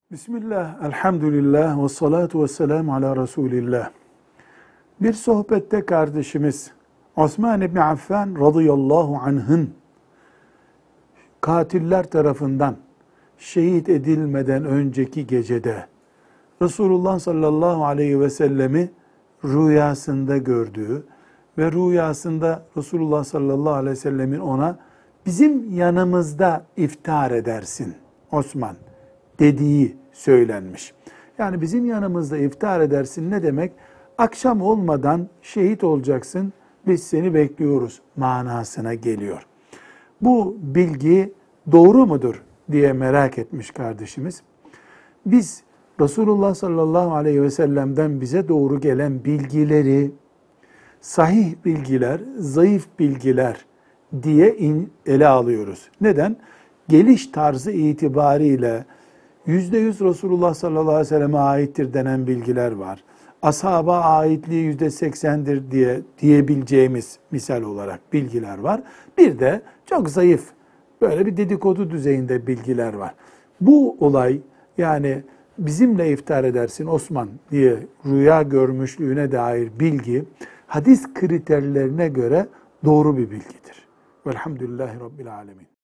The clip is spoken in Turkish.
Bismillah, elhamdülillah ve salatu ve selamu ala Resulillah. Bir sohbette kardeşimiz Osman İbni Affan radıyallahu anh'ın katiller tarafından şehit edilmeden önceki gecede Resulullah sallallahu aleyhi ve sellemi rüyasında gördüğü ve rüyasında Resulullah sallallahu aleyhi ve sellemin ona bizim yanımızda iftar edersin Osman dediği söylenmiş. Yani bizim yanımızda iftar edersin ne demek? Akşam olmadan şehit olacaksın, biz seni bekliyoruz manasına geliyor. Bu bilgi doğru mudur diye merak etmiş kardeşimiz. Biz Resulullah sallallahu aleyhi ve sellem'den bize doğru gelen bilgileri sahih bilgiler, zayıf bilgiler diye ele alıyoruz. Neden? Geliş tarzı itibariyle %100 Resulullah sallallahu aleyhi ve selleme aittir denen bilgiler var. Ashaba aitliği %80'dir diyebileceğimiz misal olarak bilgiler var. Bir de çok zayıf, böyle bir dedikodu düzeyinde bilgiler var. Bu olay, yani bizimle iftar edersin Osman diye rüya görmüşlüğüne dair bilgi, hadis kriterlerine göre doğru bir bilgidir. Velhamdülillahi Rabbil Alemin.